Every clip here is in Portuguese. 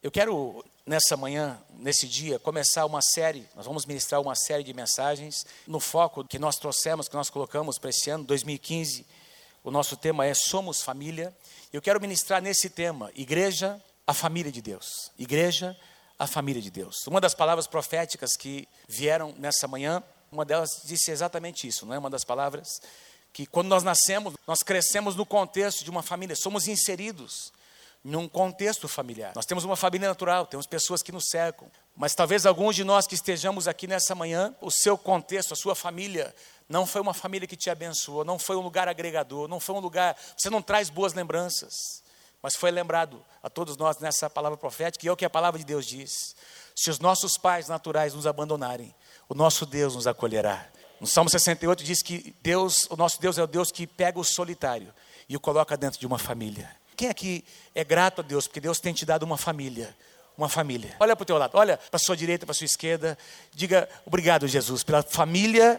Eu quero, nessa manhã, nesse dia, começar uma série. Nós vamos ministrar uma série de mensagens no foco que nós trouxemos, que nós colocamos para esse ano, 2015. O nosso tema é Somos Família. Eu quero ministrar nesse tema, Igreja, a Família de Deus. Igreja, a Família de Deus. Uma das palavras proféticas que vieram nessa manhã, uma delas disse exatamente isso, não é? Uma das palavras que quando nós nascemos, nós crescemos no contexto de uma família, somos inseridos num contexto familiar. Nós temos uma família natural, temos pessoas que nos cercam, mas talvez alguns de nós que estejamos aqui nessa manhã, o seu contexto, a sua família, não foi uma família que te abençoou, não foi um lugar agregador, não foi um lugar, você não traz boas lembranças, mas foi lembrado a todos nós nessa palavra profética, e é o que a palavra de Deus diz: se os nossos pais naturais nos abandonarem, o nosso Deus nos acolherá. No Salmo 68 diz que Deus, o nosso Deus é o Deus que pega o solitário e o coloca dentro de uma família. Quem aqui é grato a Deus, porque Deus tem te dado uma família? Uma família. Olha para o teu lado, olha para a sua direita, para a sua esquerda. Diga, obrigado, Jesus, pela família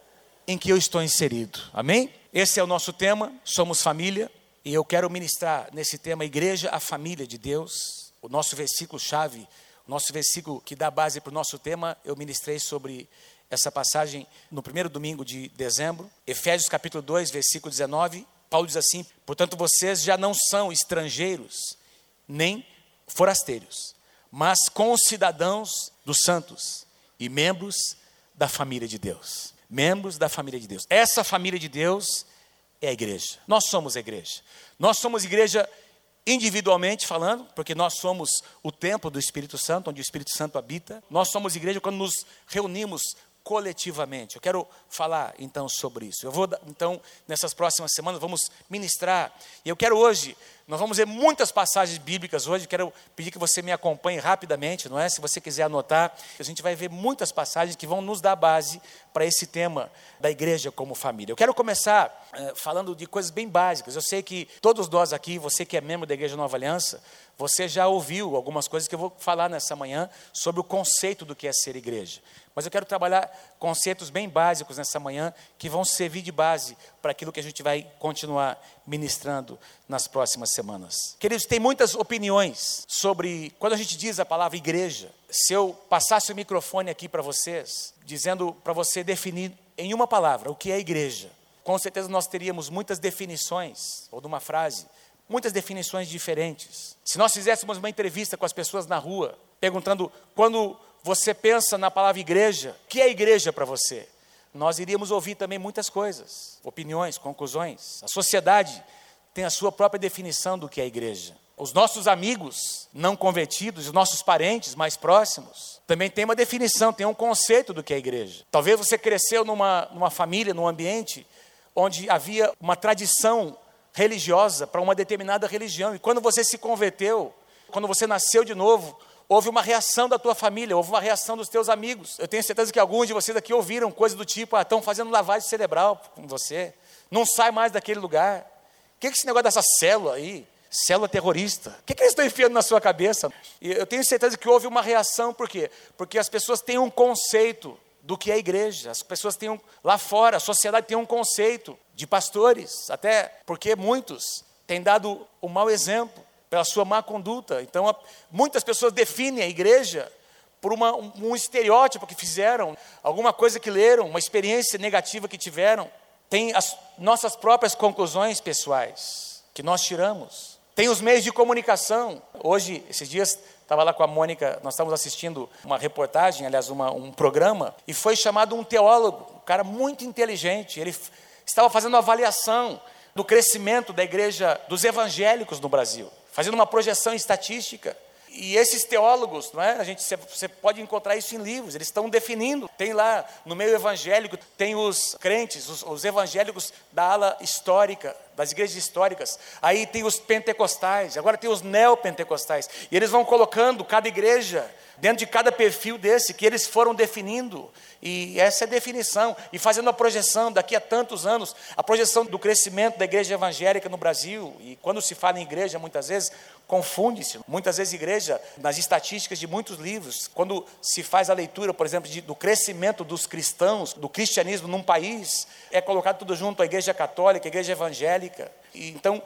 em que eu estou inserido. Amém? Esse é o nosso tema, somos família. E eu quero ministrar nesse tema, Igreja, a Família de Deus. O nosso versículo-chave, o nosso versículo que dá base para o nosso tema, eu ministrei sobre essa passagem no primeiro domingo de dezembro. Efésios capítulo 2, versículo 19. Paulo diz assim: portanto vocês já não são estrangeiros, nem forasteiros, mas concidadãos dos santos e membros da família de Deus. Membros da família de Deus. Essa família de Deus é a igreja. Nós somos a igreja. Nós somos igreja individualmente falando, porque nós somos o templo do Espírito Santo, onde o Espírito Santo habita. Nós somos igreja quando nos reunimos coletivamente. Eu quero falar então sobre isso. Eu vou então, nessas próximas semanas, vamos ministrar. E eu quero hoje, nós vamos ver muitas passagens bíblicas hoje. Quero pedir que você me acompanhe rapidamente, não é? Se você quiser anotar, a gente vai ver muitas passagens que vão nos dar base para esse tema da igreja como família. Eu quero começar falando de coisas bem básicas. Eu sei que todos nós aqui, você que é membro da Igreja Nova Aliança, você já ouviu algumas coisas que eu vou falar nessa manhã sobre o conceito do que é ser igreja. Mas eu quero trabalhar conceitos bem básicos nessa manhã que vão servir de base para aquilo que a gente vai continuar ministrando nas próximas semanas. Queridos, tem muitas opiniões sobre, quando a gente diz a palavra igreja, se eu passasse o microfone aqui para vocês, dizendo para você definir em uma palavra o que é igreja, com certeza nós teríamos muitas definições, ou de uma frase, muitas definições diferentes. Se nós fizéssemos uma entrevista com as pessoas na rua, perguntando quando você pensa na palavra igreja, o que é igreja para você? Nós iríamos ouvir também muitas coisas, opiniões, conclusões. A sociedade tem a sua própria definição do que é igreja. Os nossos amigos não convertidos, os nossos parentes mais próximos, também tem uma definição, tem um conceito do que é igreja. Talvez você cresceu numa família, num ambiente onde havia uma tradição religiosa para uma determinada religião. E quando você se converteu, quando você nasceu de novo, houve uma reação da tua família, houve uma reação dos teus amigos. Eu tenho certeza que alguns de vocês aqui ouviram coisa do tipo: estão fazendo lavagem cerebral com você, não sai mais daquele lugar. O que é esse negócio dessa célula aí? Célula terrorista. O que eles estão enfiando na sua cabeça? E eu tenho certeza que houve uma reação, por quê? Porque as pessoas têm um conceito do que é igreja. As pessoas têm lá fora, a sociedade tem um conceito de pastores, até porque muitos têm dado um mau exemplo pela sua má conduta. Então, muitas pessoas definem a igreja por um estereótipo que fizeram, alguma coisa que leram, uma experiência negativa que tiveram. Tem as nossas próprias conclusões pessoais que nós tiramos. Tem os meios de comunicação. Hoje, esses dias, estava lá com a Mônica, nós estávamos assistindo uma reportagem, aliás, um programa, e foi chamado um teólogo, um cara muito inteligente. Ele estava fazendo uma avaliação do crescimento da igreja dos evangélicos no Brasil, fazendo uma projeção estatística. E esses teólogos, não é? Você pode encontrar isso em livros, eles estão definindo. Tem lá no meio evangélico, tem os crentes, os evangélicos da ala histórica, das igrejas históricas. Aí tem os pentecostais, agora tem os neopentecostais. E eles vão colocando cada igreja dentro de cada perfil desse que eles foram definindo. E essa é a definição. E fazendo a projeção daqui a tantos anos, a projeção do crescimento da igreja evangélica no Brasil. E quando se fala em igreja, muitas vezes confunde-se. Muitas vezes igreja, nas estatísticas de muitos livros, quando se faz a leitura, por exemplo, do crescimento dos cristãos, do cristianismo num país, é colocado tudo junto, a igreja católica, a igreja evangélica. E então,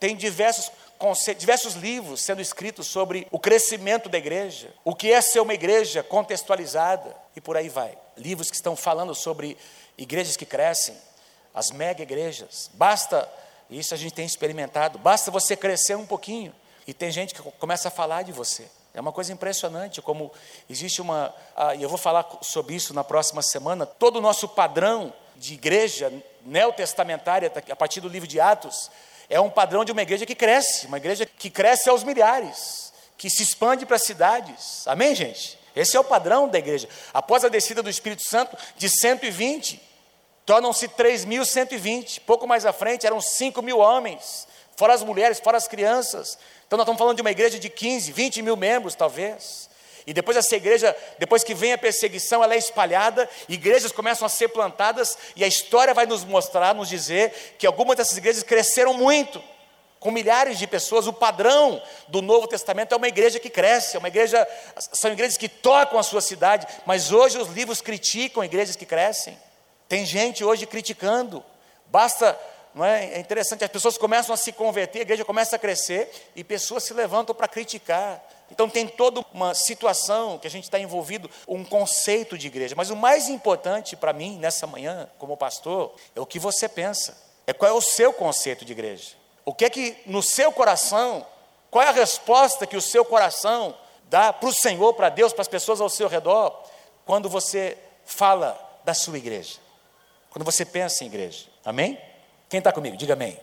Tem diversos conceitos, diversos livros sendo escritos sobre o crescimento da igreja, o que é ser uma igreja contextualizada, e por aí vai. Livros que estão falando sobre igrejas que crescem, as mega igrejas. Basta, isso a gente tem experimentado, basta você crescer um pouquinho, e tem gente que começa a falar de você. É uma coisa impressionante como existe e eu vou falar sobre isso na próxima semana, todo o nosso padrão de igreja neotestamentária, a partir do livro de Atos, é um padrão de uma igreja que cresce aos milhares, que se expande para as cidades. Amém, gente? Esse é o padrão da igreja. Após a descida do Espírito Santo, de 120, tornam-se 3.120. Pouco mais à frente, eram 5.000 homens, fora as mulheres, fora as crianças. Então nós estamos falando de uma igreja de 15, 20 mil membros, talvez. E depois essa igreja, depois que vem a perseguição, ela é espalhada, igrejas começam a ser plantadas, e a história vai nos mostrar, nos dizer, que algumas dessas igrejas cresceram muito, com milhares de pessoas. O padrão do Novo Testamento é uma igreja que cresce, são igrejas que tocam a sua cidade, mas hoje os livros criticam igrejas que crescem. Tem gente hoje criticando, não é? É interessante, as pessoas começam a se converter, a igreja começa a crescer, e pessoas se levantam para criticar. Então tem toda uma situação que a gente está envolvido, um conceito de igreja. Mas o mais importante para mim, nessa manhã, como pastor, é o que você pensa. Qual é o seu conceito de igreja? O que é que no seu coração, qual é a resposta que o seu coração dá para o Senhor, para Deus, para as pessoas ao seu redor, quando você fala da sua igreja? Quando você pensa em igreja. Amém? Quem está comigo? Diga amém.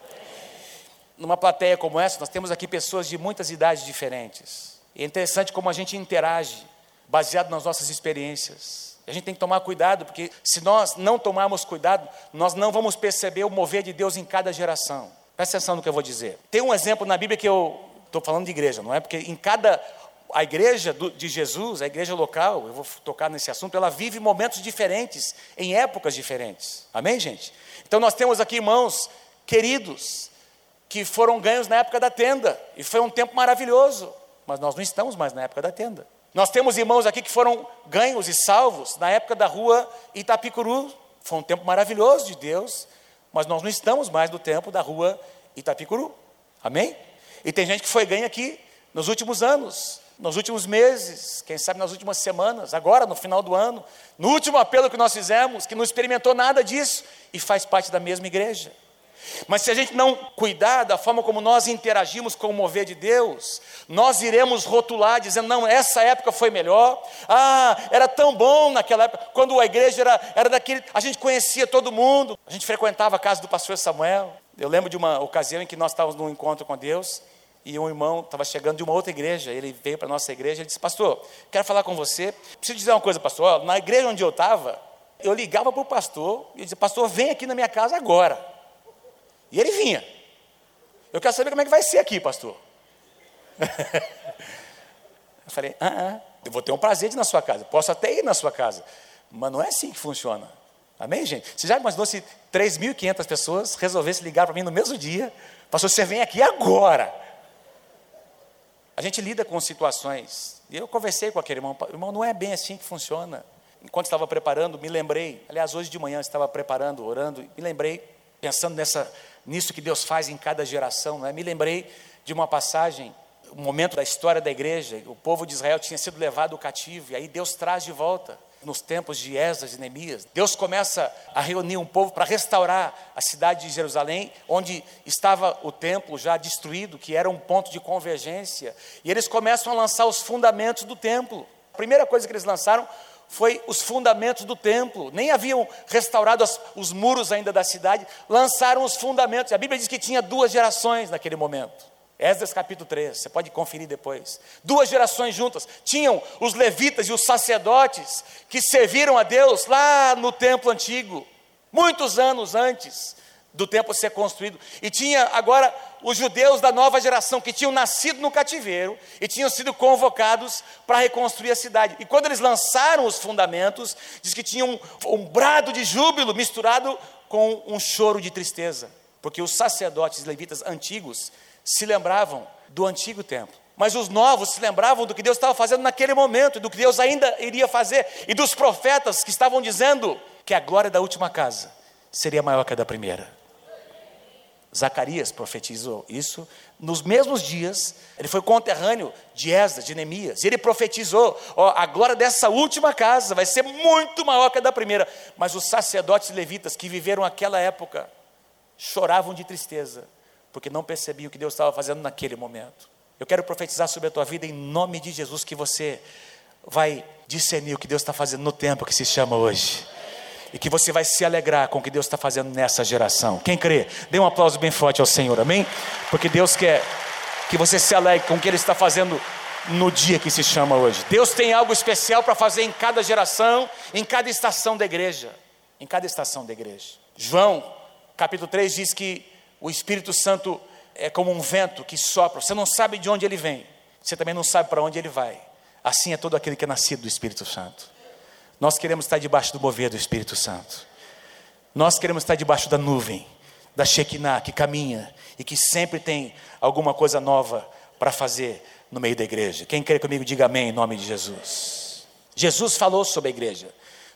Numa plateia como essa, nós temos aqui pessoas de muitas idades diferentes. E é interessante como a gente interage, baseado nas nossas experiências. A gente tem que tomar cuidado, porque se nós não tomarmos cuidado, nós não vamos perceber o mover de Deus em cada geração. Presta atenção no que eu vou dizer. Tem um exemplo na Bíblia que eu estou falando de igreja, não é? Porque a igreja de Jesus, a igreja local, eu vou tocar nesse assunto, ela vive momentos diferentes, em épocas diferentes. Amém, gente? Então nós temos aqui irmãos queridos, que foram ganhos na época da tenda, e foi um tempo maravilhoso, mas nós não estamos mais na época da tenda. Nós temos irmãos aqui que foram ganhos e salvos na época da rua Itapicuru, foi um tempo maravilhoso de Deus, mas nós não estamos mais no tempo da rua Itapicuru, amém? E tem gente que foi ganha aqui nos últimos anos, nos últimos meses, quem sabe nas últimas semanas, agora no final do ano, no último apelo que nós fizemos, que não experimentou nada disso, e faz parte da mesma igreja. Mas se a gente não cuidar da forma como nós interagimos com o mover de Deus, nós iremos rotular dizendo, não, essa época foi melhor, era tão bom naquela época, quando a igreja era daquele, a gente conhecia todo mundo, a gente frequentava a casa do pastor Samuel. Eu lembro de uma ocasião em que nós estávamos num encontro com Deus, e um irmão estava chegando de uma outra igreja, ele veio para a nossa igreja, ele disse, pastor, quero falar com você, preciso dizer uma coisa, pastor, na igreja onde eu estava, eu ligava para o pastor, e dizia, pastor, vem aqui na minha casa agora. E ele vinha. Eu quero saber como é que vai ser aqui, pastor. Eu falei, eu vou ter um prazer de ir na sua casa, posso até ir na sua casa, mas não é assim que funciona. Amém, gente? Você já imaginou se 3.500 pessoas resolvessem ligar para mim no mesmo dia, pastor, você vem aqui agora. A gente lida com situações, e eu conversei com aquele irmão, não é bem assim que funciona. Enquanto estava preparando, me lembrei, aliás, hoje de manhã estava preparando, orando, me lembrei, pensando nisso que Deus faz em cada geração, não é? Me lembrei de uma passagem, um momento da história da igreja, o povo de Israel tinha sido levado cativo, e aí Deus traz de volta, nos tempos de Esdras e Neemias, Deus começa a reunir um povo para restaurar a cidade de Jerusalém, onde estava o templo já destruído, que era um ponto de convergência, e eles começam a lançar os fundamentos do templo. A primeira coisa que eles lançaram foi os fundamentos do templo, nem haviam restaurado os muros ainda da cidade, lançaram os fundamentos. A Bíblia diz que tinha 2 gerações naquele momento. Esdras capítulo 3, você pode conferir depois. 2 gerações juntas, tinham os levitas e os sacerdotes que serviram a Deus lá no templo antigo, muitos anos antes do templo ser construído, e tinha agora os judeus da nova geração que tinham nascido no cativeiro e tinham sido convocados para reconstruir a cidade. E quando eles lançaram os fundamentos, diz que tinha um brado de júbilo misturado com um choro de tristeza, porque os sacerdotes e levitas antigos se lembravam do antigo templo, mas os novos se lembravam do que Deus estava fazendo naquele momento, do que Deus ainda iria fazer, e dos profetas que estavam dizendo que a glória da última casa seria maior que a da primeira. Zacarias profetizou isso. Nos mesmos dias, ele foi conterrâneo de Esdras, de Neemias. E ele profetizou, a glória dessa última casa vai ser muito maior que a da primeira. Mas os sacerdotes e levitas que viveram aquela época choravam de tristeza, porque não percebiam o que Deus estava fazendo naquele momento. Eu quero profetizar sobre a tua vida em nome de Jesus, que você vai discernir o que Deus está fazendo no tempo que se chama hoje. E que você vai se alegrar com o que Deus está fazendo nessa geração. Quem crê? Dê um aplauso bem forte ao Senhor, amém? Porque Deus quer que você se alegre com o que Ele está fazendo no dia que se chama hoje. Deus tem algo especial para fazer em cada geração, em cada estação da igreja. Em cada estação da igreja. João, capítulo 3, diz que o Espírito Santo é como um vento que sopra. Você não sabe de onde ele vem. Você também não sabe para onde ele vai. Assim é todo aquele que é nascido do Espírito Santo. Nós queremos estar debaixo do mover do Espírito Santo. Nós queremos estar debaixo da nuvem, da Shekinah, que caminha e que sempre tem alguma coisa nova para fazer no meio da igreja. Quem crê comigo, diga amém em nome de Jesus. Jesus falou sobre a igreja.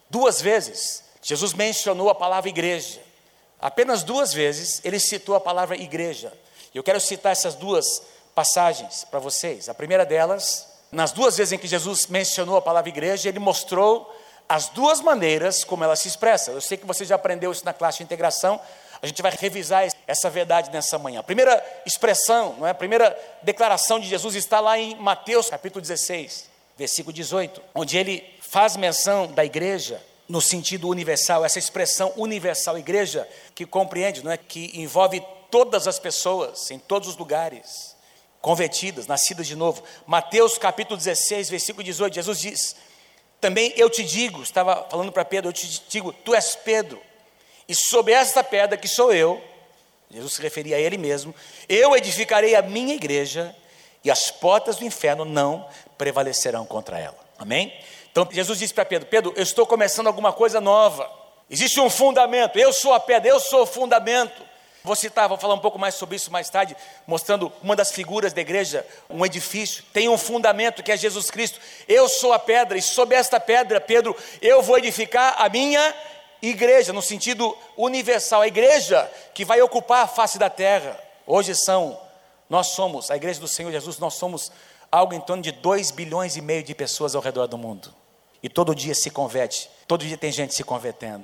2 vezes, Jesus mencionou a palavra igreja. Apenas 2 vezes, ele citou a palavra igreja. Eu quero citar essas 2 passagens para vocês. A primeira delas, nas 2 vezes em que Jesus mencionou a palavra igreja, ele mostrou as 2 maneiras como ela se expressa. Eu sei que você já aprendeu isso na classe de integração. A gente vai revisar essa verdade nessa manhã. A primeira expressão, a primeira declaração de Jesus está lá em Mateus capítulo 16, versículo 18, onde ele faz menção da igreja no sentido universal, essa expressão universal, igreja, que compreende, que envolve todas as pessoas, em todos os lugares, convertidas, nascidas de novo. Mateus capítulo 16, versículo 18, Jesus diz: também eu te digo, estava falando para Pedro, eu te digo, tu és Pedro, e sobre esta pedra que sou eu, Jesus se referia a ele mesmo, eu edificarei a minha igreja, e as portas do inferno não prevalecerão contra ela. Amém? Então Jesus disse para Pedro: Pedro, eu estou começando alguma coisa nova, existe um fundamento, eu sou a pedra, eu sou o fundamento. Vou falar um pouco mais sobre isso mais tarde, mostrando uma das figuras da igreja, um edifício, tem um fundamento que é Jesus Cristo. Eu sou a pedra, e sobre esta pedra, Pedro, eu vou edificar a minha igreja, no sentido universal, a igreja que vai ocupar a face da terra. Hoje nós somos, a igreja do Senhor Jesus, nós somos algo em torno de 2,5 bilhões de pessoas ao redor do mundo. E todo dia se converte, todo dia tem gente se convertendo.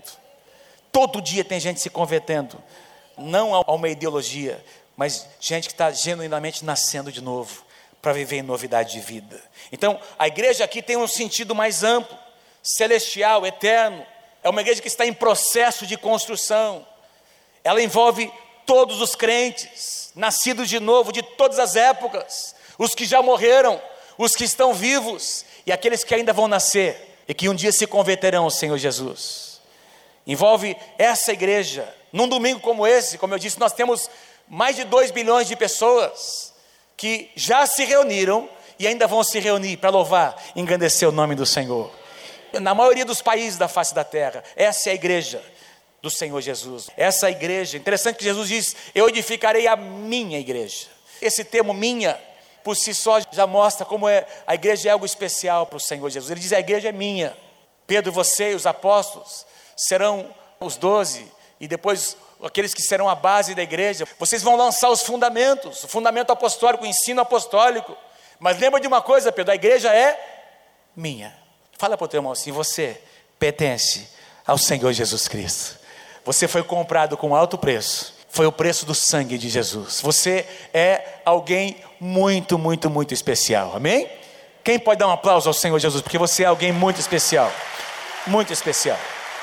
Todo dia tem gente se convertendo. Não a uma ideologia, mas gente que está genuinamente nascendo de novo, para viver em novidade de vida. Então, a igreja aqui tem um sentido mais amplo, celestial, eterno. É uma igreja que está em processo de construção. Ela envolve todos os crentes, nascidos de novo, de todas as épocas, os que já morreram, os que estão vivos, e aqueles que ainda vão nascer, e que um dia se converterão ao Senhor Jesus. Envolve essa igreja. Num domingo como esse, como eu disse, nós temos mais de 2 bilhões de pessoas que já se reuniram e ainda vão se reunir para louvar e engrandecer o nome do Senhor. Na maioria dos países da face da terra, essa é a igreja do Senhor Jesus. Essa igreja, interessante que Jesus diz: eu edificarei a minha igreja. Esse termo minha, por si só, já mostra como a igreja é algo especial para o Senhor Jesus. Ele diz: a igreja é minha. Pedro, você e os apóstolos serão os 12, e depois aqueles que serão a base da igreja. Vocês vão lançar os fundamentos, o fundamento apostólico, o ensino apostólico. Mas lembra de uma coisa, Pedro: a igreja é minha. Fala para o teu irmão assim: você pertence ao Senhor Jesus Cristo. Você foi comprado com alto preço. Foi o preço do sangue de Jesus. Você é alguém muito, muito, muito especial. Amém? Quem pode dar um aplauso ao Senhor Jesus? Porque você é alguém muito especial. Muito especial.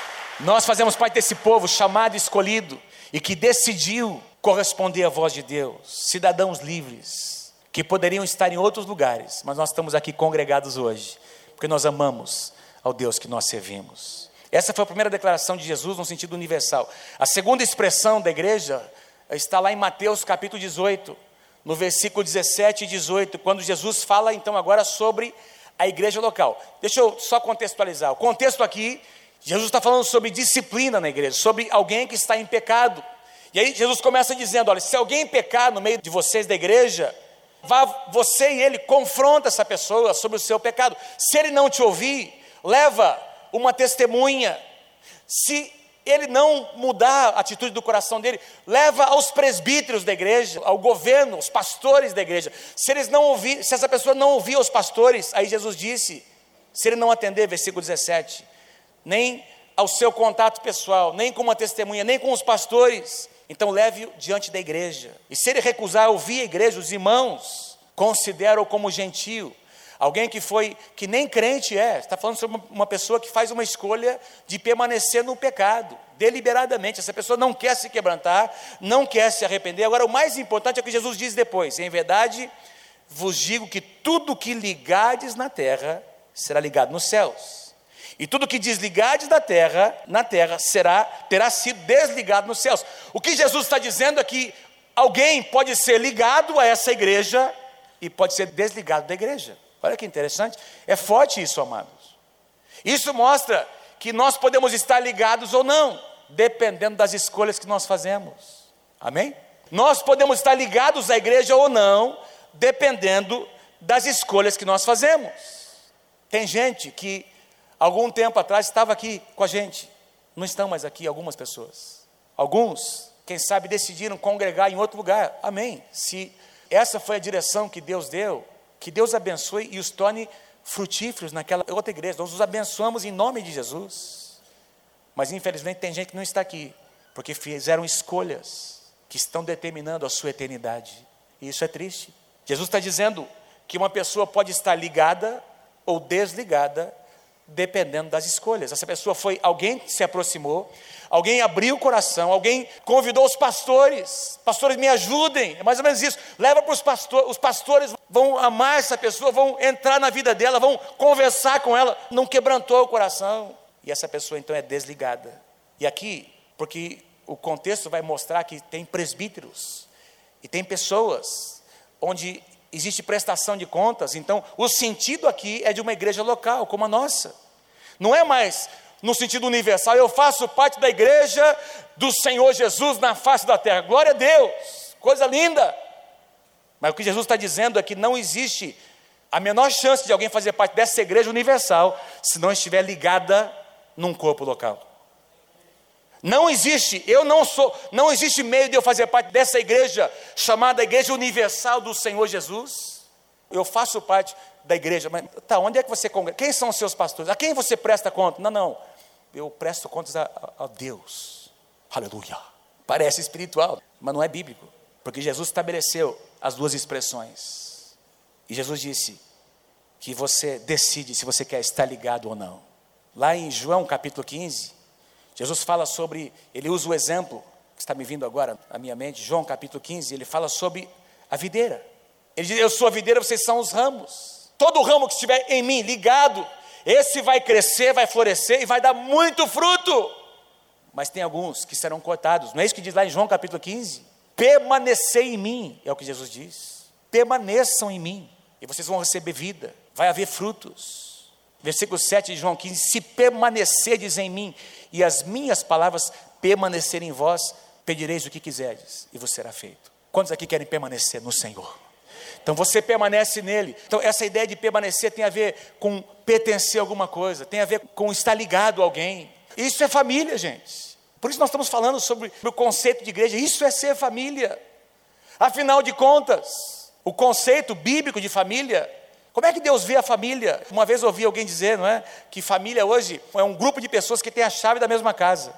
Nós fazemos parte desse povo chamado e escolhido, e que decidiu corresponder à voz de Deus. Cidadãos livres, que poderiam estar em outros lugares, mas nós estamos aqui congregados hoje, porque nós amamos ao Deus que nós servimos. Essa foi a primeira declaração de Jesus no sentido universal. A segunda expressão da igreja está lá em Mateus capítulo 18, no versículo 17 e 18, quando Jesus fala então agora sobre a igreja local. Deixa eu só contextualizar. O contexto aqui, Jesus está falando sobre disciplina na igreja, sobre alguém que está em pecado. E aí Jesus começa dizendo: olha, se alguém pecar no meio de vocês da igreja, vá você e ele, confronta essa pessoa sobre o seu pecado. Se ele não te ouvir, leva uma testemunha. Se ele não mudar a atitude do coração dele, leva aos presbíteros da igreja, ao governo, aos pastores da igreja. Se essa pessoa não ouvir os pastores, aí Jesus disse, se ele não atender, versículo 17, nem ao seu contato pessoal, nem com uma testemunha, nem com os pastores, então leve-o diante da igreja. E se ele recusar ouvir a igreja, os irmãos consideram como gentio, alguém que nem crente está falando sobre uma pessoa que faz uma escolha de permanecer no pecado, deliberadamente. Essa pessoa não quer se quebrantar, não quer se arrepender. Agora, o mais importante é o que Jesus diz depois: em verdade, vos digo que tudo que ligardes na terra, será ligado nos céus. E tudo que desligardes na terra, terá sido desligado nos céus. O que Jesus está dizendo é que alguém pode ser ligado a essa igreja e pode ser desligado da igreja. Olha que interessante, é forte isso, amados. Isso mostra que nós podemos estar ligados ou não, dependendo das escolhas que nós fazemos. Amém? Nós podemos estar ligados à igreja ou não, dependendo das escolhas que nós fazemos. Tem gente que algum tempo atrás estava aqui com a gente, não estão mais aqui algumas pessoas. Alguns, quem sabe, decidiram congregar em outro lugar. Amém? Se essa foi a direção que Deus deu, que Deus abençoe e os torne frutíferos naquela outra igreja. Nós os abençoamos em nome de Jesus. Mas infelizmente tem gente que não está aqui, porque fizeram escolhas que estão determinando a sua eternidade. E isso é triste. Jesus está dizendo que uma pessoa pode estar ligada ou desligada, dependendo das escolhas. Essa pessoa foi alguém que se aproximou, alguém abriu o coração, alguém convidou os pastores. Pastores, me ajudem. É mais ou menos isso. Leva para os pastores vão amar essa pessoa, vão entrar na vida dela, vão conversar com ela. Não quebrantou o coração. E essa pessoa então é desligada. E aqui, porque o contexto vai mostrar que tem presbíteros e tem pessoas onde existe prestação de contas. Então o sentido aqui é de uma igreja local, como a nossa. Não é mais no sentido universal, eu faço parte da igreja do Senhor Jesus na face da terra. Glória a Deus, coisa linda. Mas o que Jesus está dizendo é que não existe a menor chance de alguém fazer parte dessa igreja universal se não estiver ligada num corpo local. Não existe meio de eu fazer parte dessa igreja chamada Igreja Universal do Senhor Jesus. Eu faço parte da igreja, mas onde é que você congrega? Quem são os seus pastores? A quem você presta conta? Não, eu presto contas a Deus. Aleluia. Parece espiritual, mas não é bíblico, porque Jesus estabeleceu as duas expressões. E Jesus disse que você decide se você quer estar ligado ou não. Lá em João capítulo 15, Jesus fala sobre, ele usa o exemplo que está me vindo agora à minha mente, João capítulo 15, ele fala sobre a videira. Ele diz, eu sou a videira, vocês são os ramos. Todo ramo que estiver em mim ligado, esse vai crescer, vai florescer e vai dar muito fruto. Mas tem alguns que serão cortados. Não é isso que diz lá em João capítulo 15? Permanecei em mim, é o que Jesus diz. Permaneçam em mim e vocês vão receber vida, vai haver frutos. Versículo 7 de João 15, se permanecerdes em mim e as minhas palavras permanecerem em vós, pedireis o que quiserdes e vos será feito. Quantos aqui querem permanecer no Senhor? Então você permanece nele. Então essa ideia de permanecer tem a ver com pertencer a alguma coisa, tem a ver com estar ligado a alguém. Isso é família, gente. Por isso nós estamos falando sobre o conceito de igreja. Isso é ser família. Afinal de contas, o conceito bíblico de família, como é que Deus vê a família? Uma vez eu ouvi alguém dizer, não é? Que família hoje é um grupo de pessoas que tem a chave da mesma casa.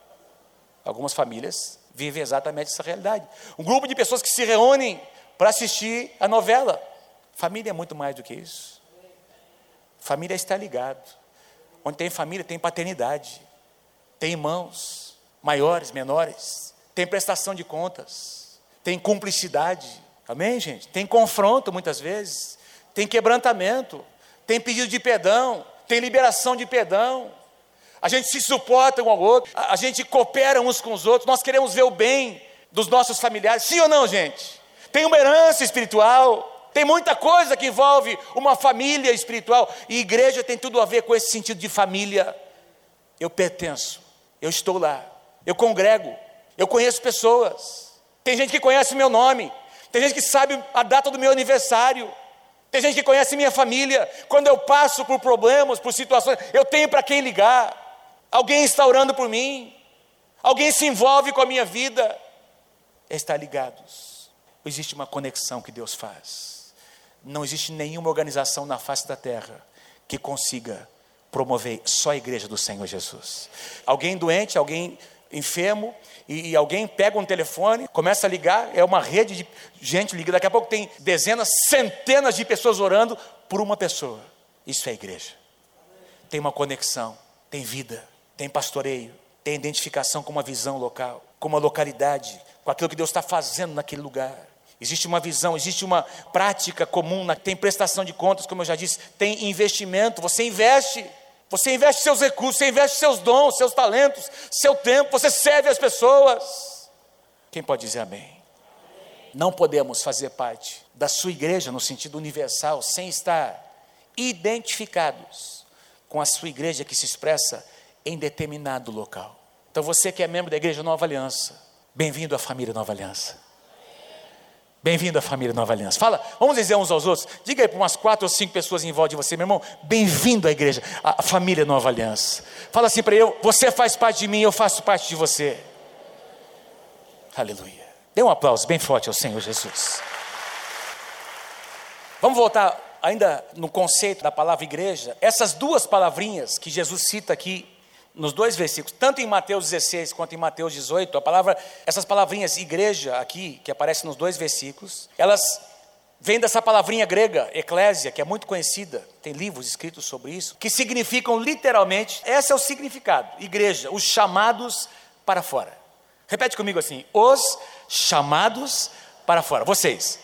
Algumas famílias vivem exatamente essa realidade. Um grupo de pessoas que se reúnem para assistir a novela. Família é muito mais do que isso. Família é estar ligado. Onde tem família, tem paternidade. Tem irmãos, maiores, menores. Tem prestação de contas. Tem cumplicidade. Amém, gente? Tem confronto muitas vezes. Tem quebrantamento. Tem pedido de perdão. Tem liberação de perdão. A gente se suporta um ao outro. A gente coopera uns com os outros. Nós queremos ver o bem dos nossos familiares. Sim ou não, gente? Tem uma herança espiritual, tem muita coisa que envolve uma família espiritual, e igreja tem tudo a ver com esse sentido de família. Eu pertenço, eu estou lá, eu congrego, eu conheço pessoas, tem gente que conhece o meu nome, tem gente que sabe a data do meu aniversário, tem gente que conhece minha família. Quando eu passo por problemas, por situações, eu tenho para quem ligar, alguém está orando por mim, alguém se envolve com a minha vida, é estar ligados. Existe uma conexão que Deus faz. Não existe nenhuma organização na face da terra que consiga promover só a igreja do Senhor Jesus. Alguém doente, alguém enfermo, e alguém pega um telefone, começa a ligar, é uma rede de gente ligando, daqui a pouco tem dezenas, centenas de pessoas orando por uma pessoa. Isso é igreja. Tem uma conexão, tem vida, tem pastoreio, tem identificação com uma visão local, com uma localidade, com aquilo que Deus está fazendo naquele lugar. Existe uma visão, existe uma prática comum, tem prestação de contas, como eu já disse, tem investimento, você investe seus recursos, você investe seus dons, seus talentos, seu tempo, você serve as pessoas. Quem pode dizer amém? Não podemos fazer parte da sua igreja no sentido universal sem estar identificados com a sua igreja que se expressa em determinado local. Então você que é membro da igreja Nova Aliança, bem-vindo à família Nova Aliança. Bem-vindo à família Nova Aliança. Fala, vamos dizer uns aos outros. Diga aí para umas 4 ou 5 pessoas em volta de você, meu irmão. Bem-vindo à igreja, à família Nova Aliança. Fala assim para ele, você faz parte de mim, eu faço parte de você. Aleluia. Dê um aplauso bem forte ao Senhor Jesus. Vamos voltar ainda no conceito da palavra igreja. Essas duas palavrinhas que Jesus cita aqui nos 2 versículos, tanto em Mateus 16 quanto em Mateus 18, essas palavrinhas igreja aqui, que aparecem nos 2 versículos, elas vêm dessa palavrinha grega, eclésia, que é muito conhecida, tem livros escritos sobre isso, que significam literalmente, esse é o significado, igreja, os chamados para fora. Repete comigo assim, os chamados para fora, vocês.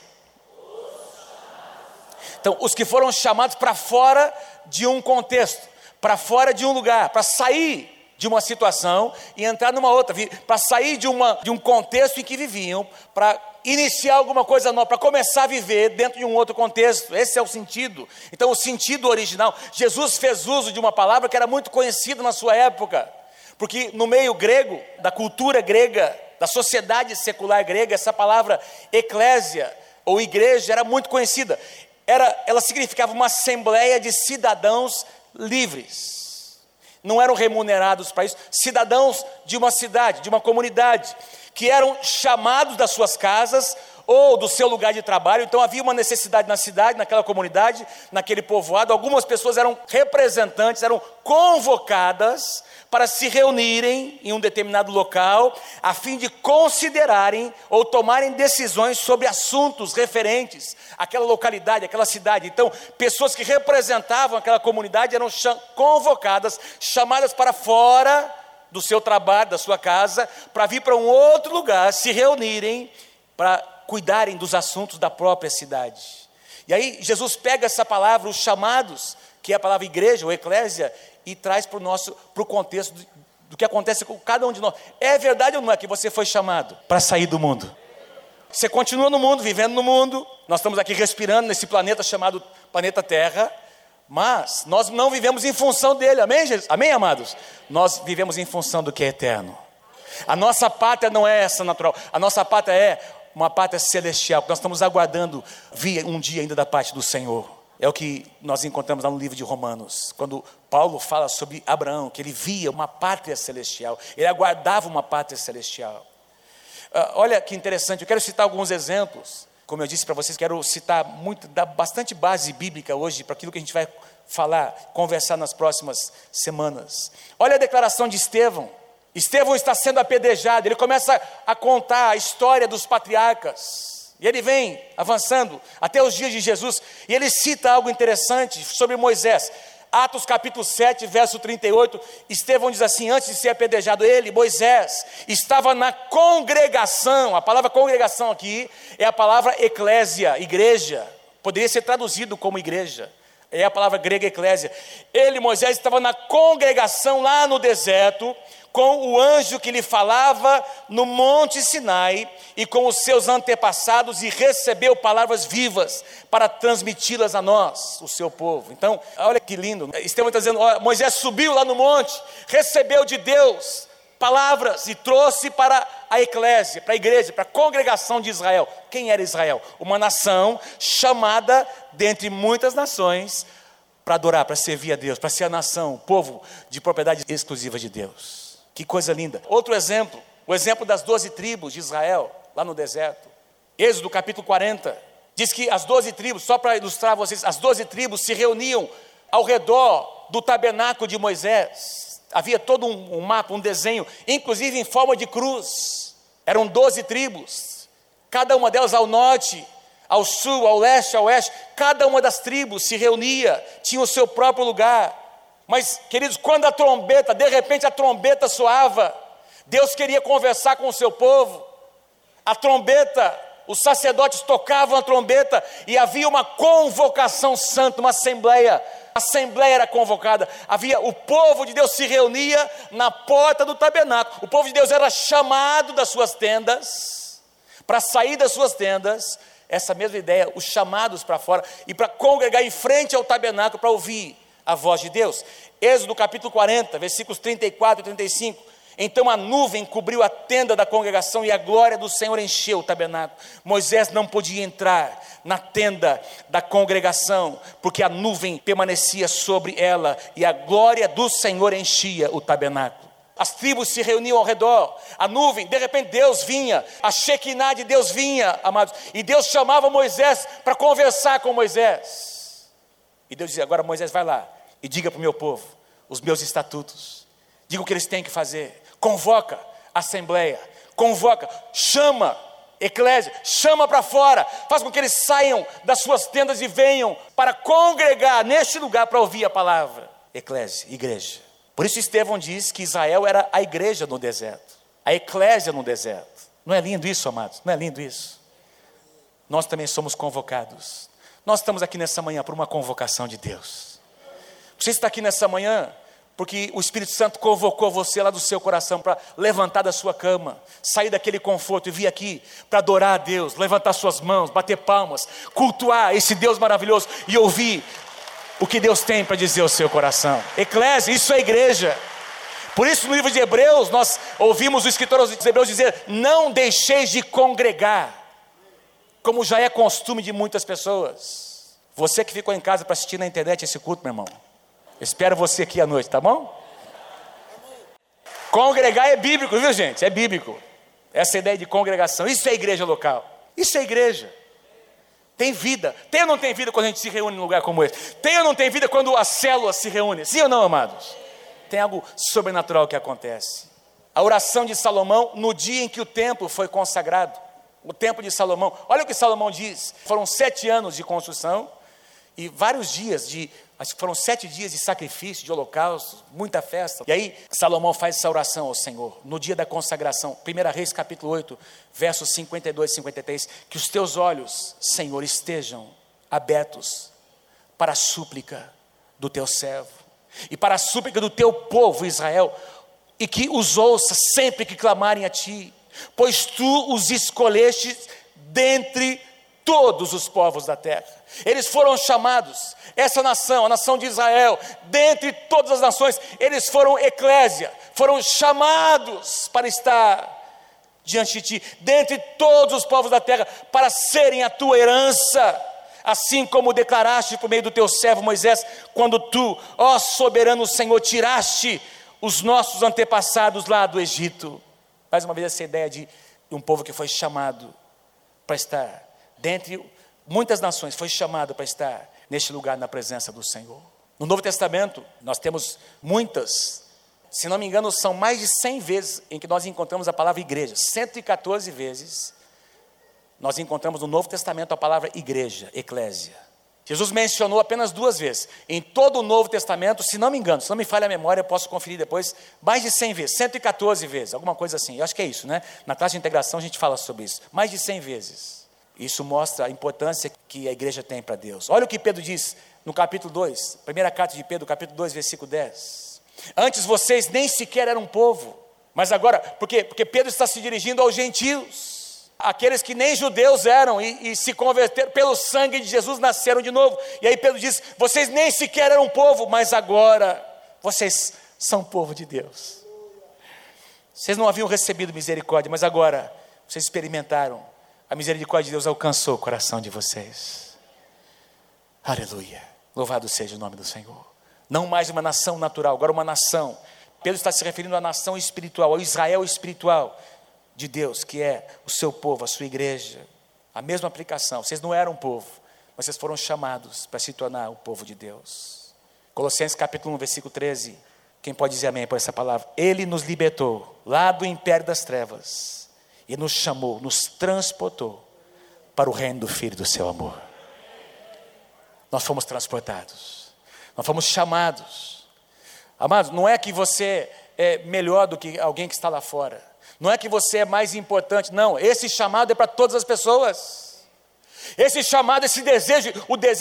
Então, os que foram chamados para fora de um contexto, para fora de um lugar, para sair de uma situação e entrar numa outra, para sair de um contexto em que viviam, para iniciar alguma coisa nova, para começar a viver dentro de um outro contexto. Esse é o sentido. Então o sentido original, Jesus fez uso de uma palavra que era muito conhecida na sua época, porque no meio grego, da cultura grega, da sociedade secular grega, essa palavra eclésia ou igreja era muito conhecida. Ela significava uma assembleia de cidadãos livres, não eram remunerados para isso, cidadãos de uma cidade, de uma comunidade, que eram chamados das suas casas ou do seu lugar de trabalho. Então havia uma necessidade na cidade, naquela comunidade, naquele povoado. Algumas pessoas eram representantes, eram convocadas para se reunirem em um determinado local, a fim de considerarem ou tomarem decisões sobre assuntos referentes àquela localidade, àquela cidade. Então, pessoas que representavam aquela comunidade eram convocadas, chamadas para fora do seu trabalho, da sua casa, para vir para um outro lugar, se reunirem para cuidarem dos assuntos da própria cidade. E aí Jesus pega essa palavra, os chamados, que é a palavra igreja ou eclésia, e traz para o contexto do que acontece com cada um de nós. É verdade ou não é que você foi chamado para sair do mundo? Você continua no mundo, vivendo no mundo. Nós estamos aqui respirando nesse planeta chamado planeta Terra, mas nós não vivemos em função dele, amém, Jesus? Amém, amados? Nós vivemos em função do que é eterno. A nossa pátria não é essa natural, a nossa pátria é uma pátria celestial, que nós estamos aguardando vir um dia ainda da parte do Senhor. É o que nós encontramos lá no livro de Romanos, quando Paulo fala sobre Abraão, que ele via uma pátria celestial, ele aguardava uma pátria celestial. Olha que interessante, eu quero citar alguns exemplos. Como eu disse para vocês, quero citar dar bastante base bíblica hoje para aquilo que a gente vai falar, conversar nas próximas semanas. Olha a declaração de Estevão. Estevão está sendo apedrejado, ele começa a contar a história dos patriarcas. E ele vem avançando até os dias de Jesus, e ele cita algo interessante sobre Moisés. Atos capítulo 7, verso 38, Estevão diz assim, antes de ser apedrejado, ele, Moisés, estava na congregação. A palavra congregação aqui é a palavra eclésia, igreja, poderia ser traduzido como igreja, é a palavra grega eclésia. Ele, Moisés, estava na congregação lá no deserto, com o anjo que lhe falava no monte Sinai e com os seus antepassados, e recebeu palavras vivas para transmiti-las a nós, o seu povo. Então, olha que lindo, Estevão está dizendo, olha, Moisés subiu lá no monte, recebeu de Deus palavras e trouxe para a eclésia, para a igreja, para a congregação de Israel. Quem era Israel? Uma nação chamada dentre muitas nações para adorar, para servir a Deus, para ser a nação, o povo de propriedade exclusiva de Deus. Que coisa linda. Outro exemplo, o exemplo das 12 tribos de Israel, lá no deserto. Êxodo capítulo 40, diz que as 12 tribos, só para ilustrar vocês, as 12 tribos se reuniam ao redor do tabernáculo de Moisés. Havia todo um mapa, um desenho, inclusive em forma de cruz. Eram 12 tribos, cada uma delas ao norte, ao sul, ao leste, ao oeste. Cada uma das tribos se reunia, tinha o seu próprio lugar. Mas, queridos, quando a trombeta, de repente a trombeta soava, Deus queria conversar com o seu povo. A trombeta, os sacerdotes tocavam a trombeta e havia uma convocação santa, uma assembleia. A assembleia era convocada, o povo de Deus se reunia na porta do tabernáculo. O povo de Deus era chamado das suas tendas, para sair das suas tendas, essa mesma ideia, os chamados para fora, e para congregar em frente ao tabernáculo para ouvir a voz de Deus. Êxodo capítulo 40, versículos 34 e 35. Então a nuvem cobriu a tenda da congregação e a glória do Senhor encheu o tabernáculo. Moisés não podia entrar na tenda da congregação, porque a nuvem permanecia sobre ela e a glória do Senhor enchia o tabernáculo. As tribos se reuniam ao redor, a nuvem, de repente Deus vinha, a Shekinah de Deus vinha, amados, e Deus chamava Moisés para conversar com Moisés. E Deus dizia: agora Moisés, vai lá e diga para o meu povo os meus estatutos, diga o que eles têm que fazer. Convoca a assembleia, convoca, chama, eclésia, chama para fora, faz com que eles saiam das suas tendas e venham para congregar neste lugar para ouvir a palavra. Eclésia, igreja. Por isso Estevão diz que Israel era a igreja no deserto, a eclésia no deserto. Não é lindo isso, amados? Não é lindo isso? Nós também somos convocados. Nós estamos aqui nessa manhã por uma convocação de Deus. Você está aqui nessa manhã porque o Espírito Santo convocou você lá do seu coração para levantar da sua cama, sair daquele conforto e vir aqui para adorar a Deus, levantar suas mãos, bater palmas, cultuar esse Deus maravilhoso e ouvir o que Deus tem para dizer ao seu coração. Eclésia, isso é igreja. Por isso no livro de Hebreus nós ouvimos o escritor aos Hebreus dizer: não deixeis de congregar, como já é costume de muitas pessoas. Você que ficou em casa para assistir na internet esse culto, meu irmão, espero você aqui à noite, tá bom? Congregar é bíblico, viu gente? É bíblico. Essa ideia de congregação, isso é igreja local. Isso é igreja. Tem vida. Tem ou não tem vida quando a gente se reúne num lugar como esse? Tem ou não tem vida quando as células se reúnem? Sim ou não, amados? Tem algo sobrenatural que acontece. A oração de Salomão no dia em que o templo foi consagrado. O templo de Salomão. Olha o que Salomão diz. Foram 7 anos de construção e vários dias acho que foram 7 dias de sacrifício, de holocausto, muita festa. E aí Salomão faz essa oração ao Senhor, no dia da consagração. 1 Reis capítulo 8, versos 52 e 53. Que os teus olhos, Senhor, estejam abertos para a súplica do teu servo e para a súplica do teu povo Israel, e que os ouça sempre que clamarem a ti, pois tu os escolheste dentre todos os povos da terra. Eles foram chamados, essa nação, a nação de Israel, dentre todas as nações, eles foram eclésia, foram chamados para estar diante de ti, dentre todos os povos da terra, para serem a tua herança, assim como declaraste por meio do teu servo Moisés, quando tu, ó soberano Senhor, tiraste os nossos antepassados lá do Egito. Mais uma vez essa ideia de um povo que foi chamado para estar dentre muitas nações, foi chamado para estar neste lugar na presença do Senhor. No Novo Testamento nós temos muitas, se não me engano são mais de 100 vezes em que nós encontramos a palavra igreja. 114 vezes nós encontramos no Novo Testamento a palavra igreja, eclésia. Jesus mencionou apenas 2 vezes em todo o Novo Testamento, se não me engano, se não me falha a memória, eu posso conferir depois, mais de 100 vezes, 114 vezes, alguma coisa assim, eu acho que é isso, né? Na classe de integração a gente fala sobre isso, mais de 100 vezes. Isso mostra a importância que a igreja tem para Deus. Olha o que Pedro diz no capítulo 2, primeira carta de Pedro, capítulo 2, versículo 10. Antes vocês nem sequer eram povo, mas agora, porque Pedro está se dirigindo aos gentios, aqueles que nem judeus eram e se converteram pelo sangue de Jesus, nasceram de novo. E aí Pedro diz: vocês nem sequer eram povo, mas agora vocês são povo de Deus. Vocês não haviam recebido misericórdia, mas agora vocês experimentaram. A misericórdia de Deus alcançou o coração de vocês. Aleluia. Louvado seja o nome do Senhor. Não mais uma nação natural, agora uma nação Pedro está se referindo à nação espiritual, ao Israel espiritual de Deus, que é o seu povo, a sua igreja. A mesma aplicação. Vocês não eram povo, mas vocês foram chamados para se tornar o povo de Deus. Colossenses capítulo 1, versículo 13. Quem pode dizer amém por essa palavra? Ele nos libertou lá do império das trevas e nos chamou, nos transportou para o reino do Filho do seu amor. Nós fomos transportados, nós fomos chamados. Amados, não é que você é melhor do que alguém que está lá fora, não é que você é mais importante, não. Esse chamado é para todas as pessoas. Esse chamado, esse desejo,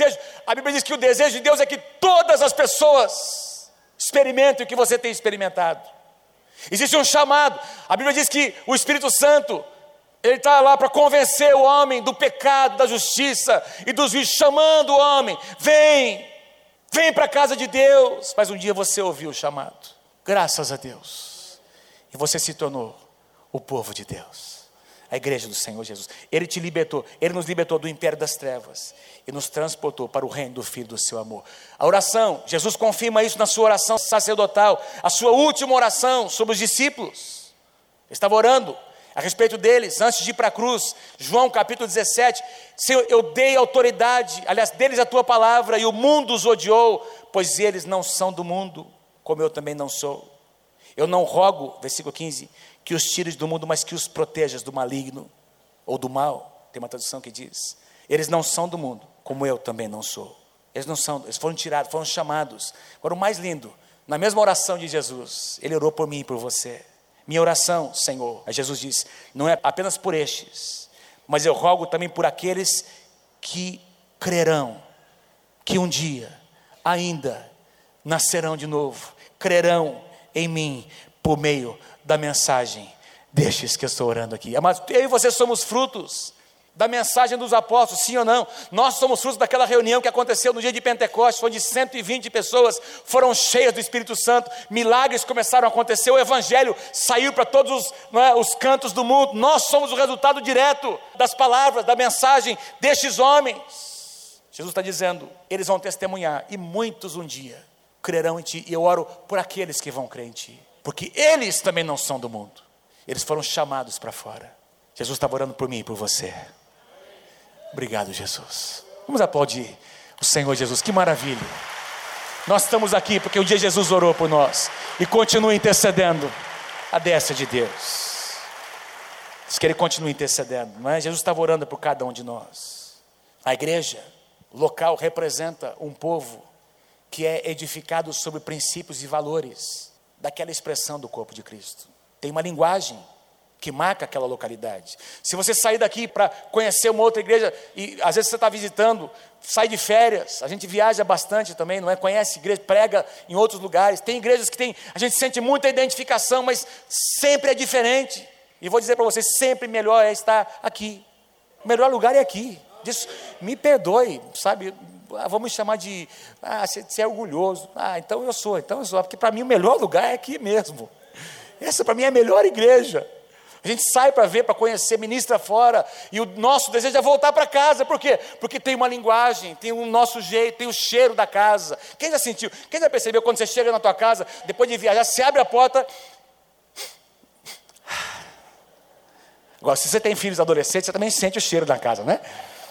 a Bíblia diz que o desejo de Deus é que todas as pessoas experimentem o que você tem experimentado. Existe um chamado, a Bíblia diz que o Espírito Santo, ele está lá para convencer o homem do pecado, da justiça e dos vícios, chamando o homem, vem para a casa de Deus. Mas um dia você ouviu o chamado, graças a Deus, e você se tornou o povo de Deus, a igreja do Senhor Jesus. Ele te libertou, Ele nos libertou do império das trevas e nos transportou para o reino do Filho do seu amor. A oração, Jesus confirma isso na sua oração sacerdotal, a sua última oração sobre os discípulos. Ele estava orando a respeito deles, antes de ir para a cruz. João capítulo 17, Senhor, eu dei autoridade, aliás, deles a tua palavra, e o mundo os odiou, pois eles não são do mundo, como eu também não sou. Eu não rogo, versículo 15, que os tires do mundo, mas que os protejas do maligno, ou do mal. Tem uma tradução que diz, eles não são do mundo, como eu também não sou. Eles não são, eles foram tirados, foram chamados. Agora o mais lindo, na mesma oração de Jesus, Ele orou por mim e por você. Minha oração, Senhor, aí Jesus diz, não é apenas por estes, mas eu rogo também por aqueles que crerão, que um dia ainda nascerão de novo, crerão em mim por meio da mensagem destes que eu estou orando aqui. Mas eu e você somos frutos da mensagem dos apóstolos, sim ou não? Nós somos frutos daquela reunião que aconteceu no dia de Pentecostes, onde 120 pessoas foram cheias do Espírito Santo, milagres começaram a acontecer, o evangelho saiu para todos os cantos do mundo. Nós somos o resultado direto das palavras, da mensagem destes homens. Jesus está dizendo, eles vão testemunhar, e muitos um dia crerão em ti, e eu oro por aqueles que vão crer em ti, porque eles também não são do mundo, eles foram chamados para fora. Jesus estava orando por mim e por você. Obrigado, Jesus. Vamos aplaudir o Senhor Jesus, que maravilha. Nós estamos aqui porque um dia Jesus orou por nós e continua intercedendo à destra de Deus. Diz que Ele continua intercedendo, não é? Jesus estava orando por cada um de nós. A igreja local representa um povo que é edificado sobre princípios e valores daquela expressão do corpo de Cristo. Tem uma linguagem que marca aquela localidade. Se você sair daqui para conhecer uma outra igreja, e às vezes você está visitando, sai de férias, a gente viaja bastante também, não é? Conhece igreja, prega em outros lugares, tem igrejas que a gente sente muita identificação, mas sempre é diferente, e vou dizer para vocês, sempre melhor é estar aqui, o melhor lugar é aqui. Me perdoe, sabe, vamos chamar de, você é orgulhoso, então eu sou, porque para mim o melhor lugar é aqui mesmo, essa para mim é a melhor igreja. A gente sai para ver, para conhecer, ministra fora, e o nosso desejo é voltar para casa. Por quê? Porque tem uma linguagem, tem o nosso jeito, tem o cheiro da casa. Quem já sentiu, quem já percebeu quando você chega na tua casa, depois de viajar, você abre a porta. Agora, se você tem filhos adolescentes, você também sente o cheiro da casa, né?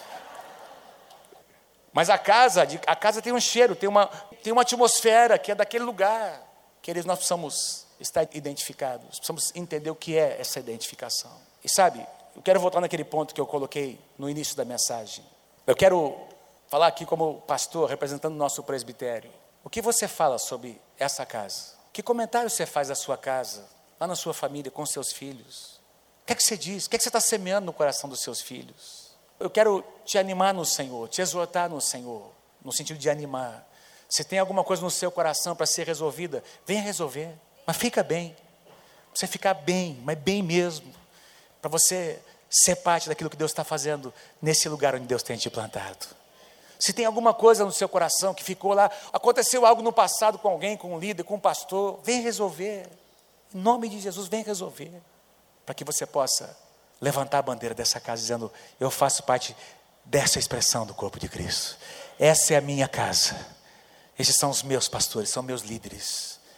Mas a casa tem um cheiro, tem uma atmosfera que é daquele lugar, que nós precisamos estar identificados, precisamos entender o que é essa identificação. E sabe, eu quero voltar naquele ponto que eu coloquei no início da mensagem. Eu quero falar aqui como pastor, representando o nosso presbitério. O que você fala sobre essa casa? Que comentário você faz da sua casa, lá na sua família, com seus filhos? O que é que você diz? O que é que você está semeando no coração dos seus filhos? Eu quero te animar no Senhor, te exortar no Senhor, no sentido de animar. Se tem alguma coisa no seu coração para ser resolvida, venha resolver. Mas fica bem, para você ficar bem, mas bem mesmo, para você ser parte daquilo que Deus está fazendo nesse lugar onde Deus tem te plantado. Se tem alguma coisa no seu coração que ficou lá, aconteceu algo no passado com alguém, com um líder, com um pastor, vem resolver, em nome de Jesus, vem resolver, para que você possa levantar a bandeira dessa casa, dizendo, eu faço parte dessa expressão do corpo de Cristo, essa é a minha casa, esses são os meus pastores, são meus líderes.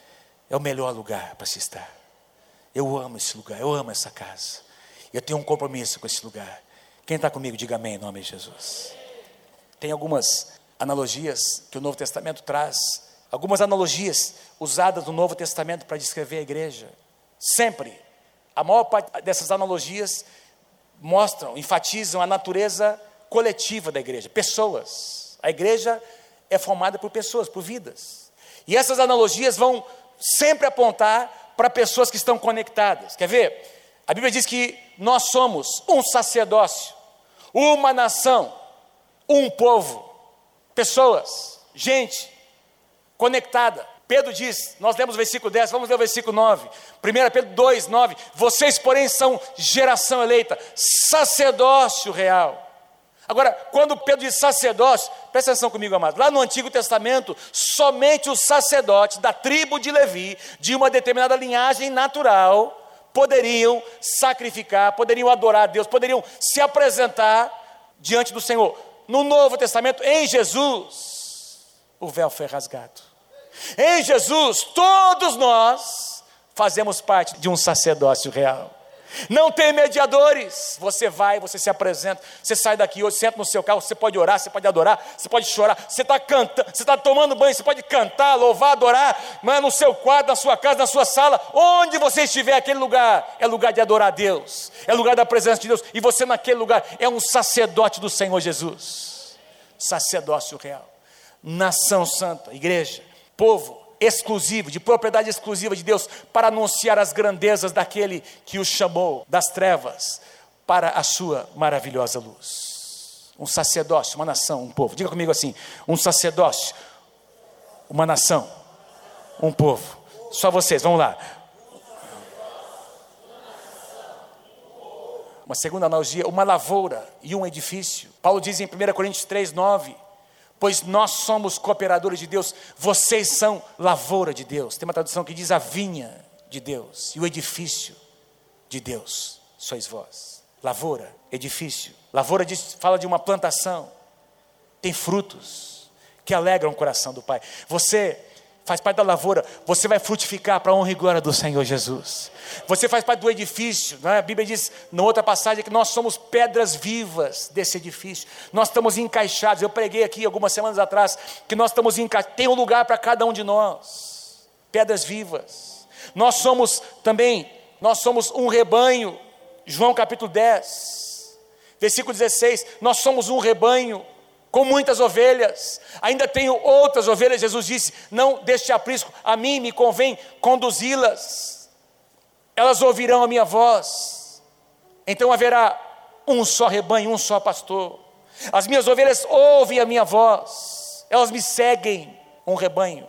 é o melhor lugar para se estar. Eu amo esse lugar, eu amo essa casa. Eu tenho um compromisso com esse lugar. Quem está comigo, diga amém em nome de Jesus. Tem algumas analogias que o Novo Testamento traz. Algumas analogias usadas no Novo Testamento para descrever a igreja. Sempre, a maior parte dessas analogias mostram, enfatizam a natureza coletiva da igreja. Pessoas. A igreja é formada por pessoas, por vidas. E essas analogias vão sempre apontar para pessoas que estão conectadas. Quer ver? A Bíblia diz que nós somos um sacerdócio, uma nação, um povo, pessoas, gente conectada. Pedro diz, nós lemos o versículo 10, vamos ler o versículo 9. 1 Pedro 2, 9. Vocês, porém, são geração eleita, sacerdócio real. Agora, quando Pedro diz sacerdócio, presta atenção comigo, amado. Lá no Antigo Testamento, somente os sacerdotes da tribo de Levi, de uma determinada linhagem natural, poderiam sacrificar, poderiam adorar a Deus, poderiam se apresentar diante do Senhor. No Novo Testamento, em Jesus, o véu foi rasgado. Em Jesus, todos nós fazemos parte de um sacerdócio real. Não tem mediadores. Você vai, você se apresenta, você sai daqui hoje, senta no seu carro, você pode orar, você pode adorar, você pode chorar, você está cantando, você está tomando banho, você pode cantar, louvar, adorar, mas no seu quarto, na sua casa, na sua sala, onde você estiver, aquele lugar é lugar de adorar a Deus, é lugar da presença de Deus, e você naquele lugar é um sacerdote do Senhor Jesus. Sacerdócio real, nação santa, igreja, povo exclusivo, de propriedade exclusiva de Deus, para anunciar as grandezas daquele que o chamou das trevas para a sua maravilhosa luz. Um sacerdócio, uma nação, um povo. Diga comigo assim: um sacerdócio, uma nação, um povo. Só vocês, vamos lá. Uma segunda analogia, uma lavoura e um edifício. Paulo diz em 1 Coríntios 3, 9: pois nós somos cooperadores de Deus, vocês são lavoura de Deus. Tem uma tradução que diz a vinha de Deus, e o edifício de Deus sois vós. Lavoura, edifício. Lavoura fala de uma plantação, tem frutos que alegram o coração do Pai. Você faz parte da lavoura, você vai frutificar para a honra e glória do Senhor Jesus. Você faz parte do edifício, não é? A Bíblia diz, na outra passagem, que nós somos pedras vivas desse edifício. Nós estamos encaixados. Eu preguei aqui algumas semanas atrás, que nós estamos encaixados. Tem um lugar para cada um de nós. Pedras vivas. Nós somos um rebanho. João capítulo 10, versículo 16. Nós somos um rebanho com muitas ovelhas, ainda tenho outras ovelhas. Jesus disse, não deixe aprisco, a mim me convém conduzi-las, elas ouvirão a minha voz, então haverá um só rebanho, um só pastor. As minhas ovelhas ouvem a minha voz, elas me seguem. Um rebanho,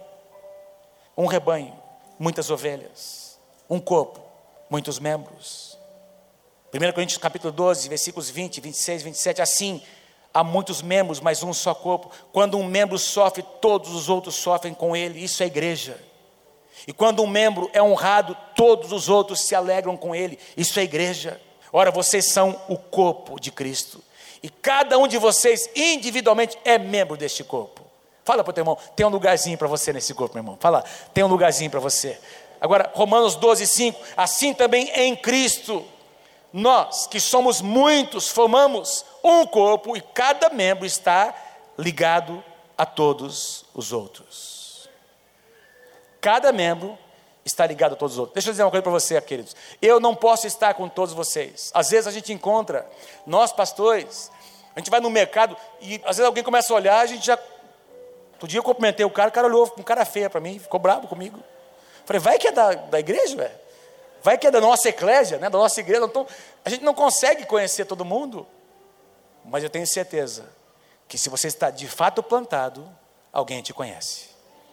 muitas ovelhas, um corpo, muitos membros. 1 Coríntios capítulo 12, versículos 20, 26, 27, assim, há muitos membros, mas um só corpo. Quando um membro sofre, todos os outros sofrem com ele. Isso é igreja. E quando um membro é honrado, todos os outros se alegram com ele. Isso é igreja. Ora, vocês são o corpo de Cristo. E cada um de vocês, individualmente, é membro deste corpo. Fala para o teu irmão, tem um lugarzinho para você nesse corpo, meu irmão. Fala, tem um lugarzinho para você. Agora, Romanos 12, 5. Assim também em Cristo, nós que somos muitos, formamos um corpo e cada membro está ligado a todos os outros. Cada membro está ligado a todos os outros. Deixa eu dizer uma coisa para você, queridos. Eu não posso estar com todos vocês. Às vezes a gente encontra, nós pastores, a gente vai no mercado e às vezes alguém começa a olhar, a gente já... Outro dia eu cumprimentei o cara olhou com cara feia para mim, ficou bravo comigo. Falei, vai que é da igreja, velho? Vai que é da nossa eclésia, né? Da nossa igreja. Então, a gente não consegue conhecer todo mundo. Mas eu tenho certeza que se você está de fato plantado, alguém te conhece.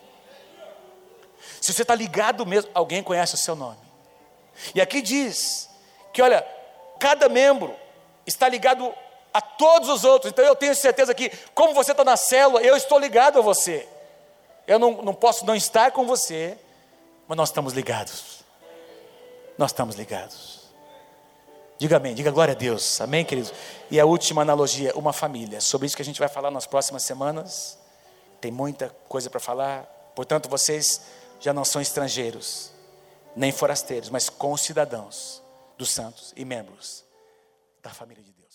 Se você está ligado mesmo, alguém conhece o seu nome. E aqui diz que, olha, cada membro está ligado a todos os outros. Então eu tenho certeza que, como você está na célula, eu estou ligado a você. Eu não posso não estar com você, mas nós estamos ligados. Nós estamos ligados. Diga amém, diga glória a Deus. Amém, queridos? E a última analogia, uma família. Sobre isso que a gente vai falar nas próximas semanas. Tem muita coisa para falar. Portanto, vocês já não são estrangeiros, nem forasteiros, mas concidadãos dos santos e membros da família de Deus.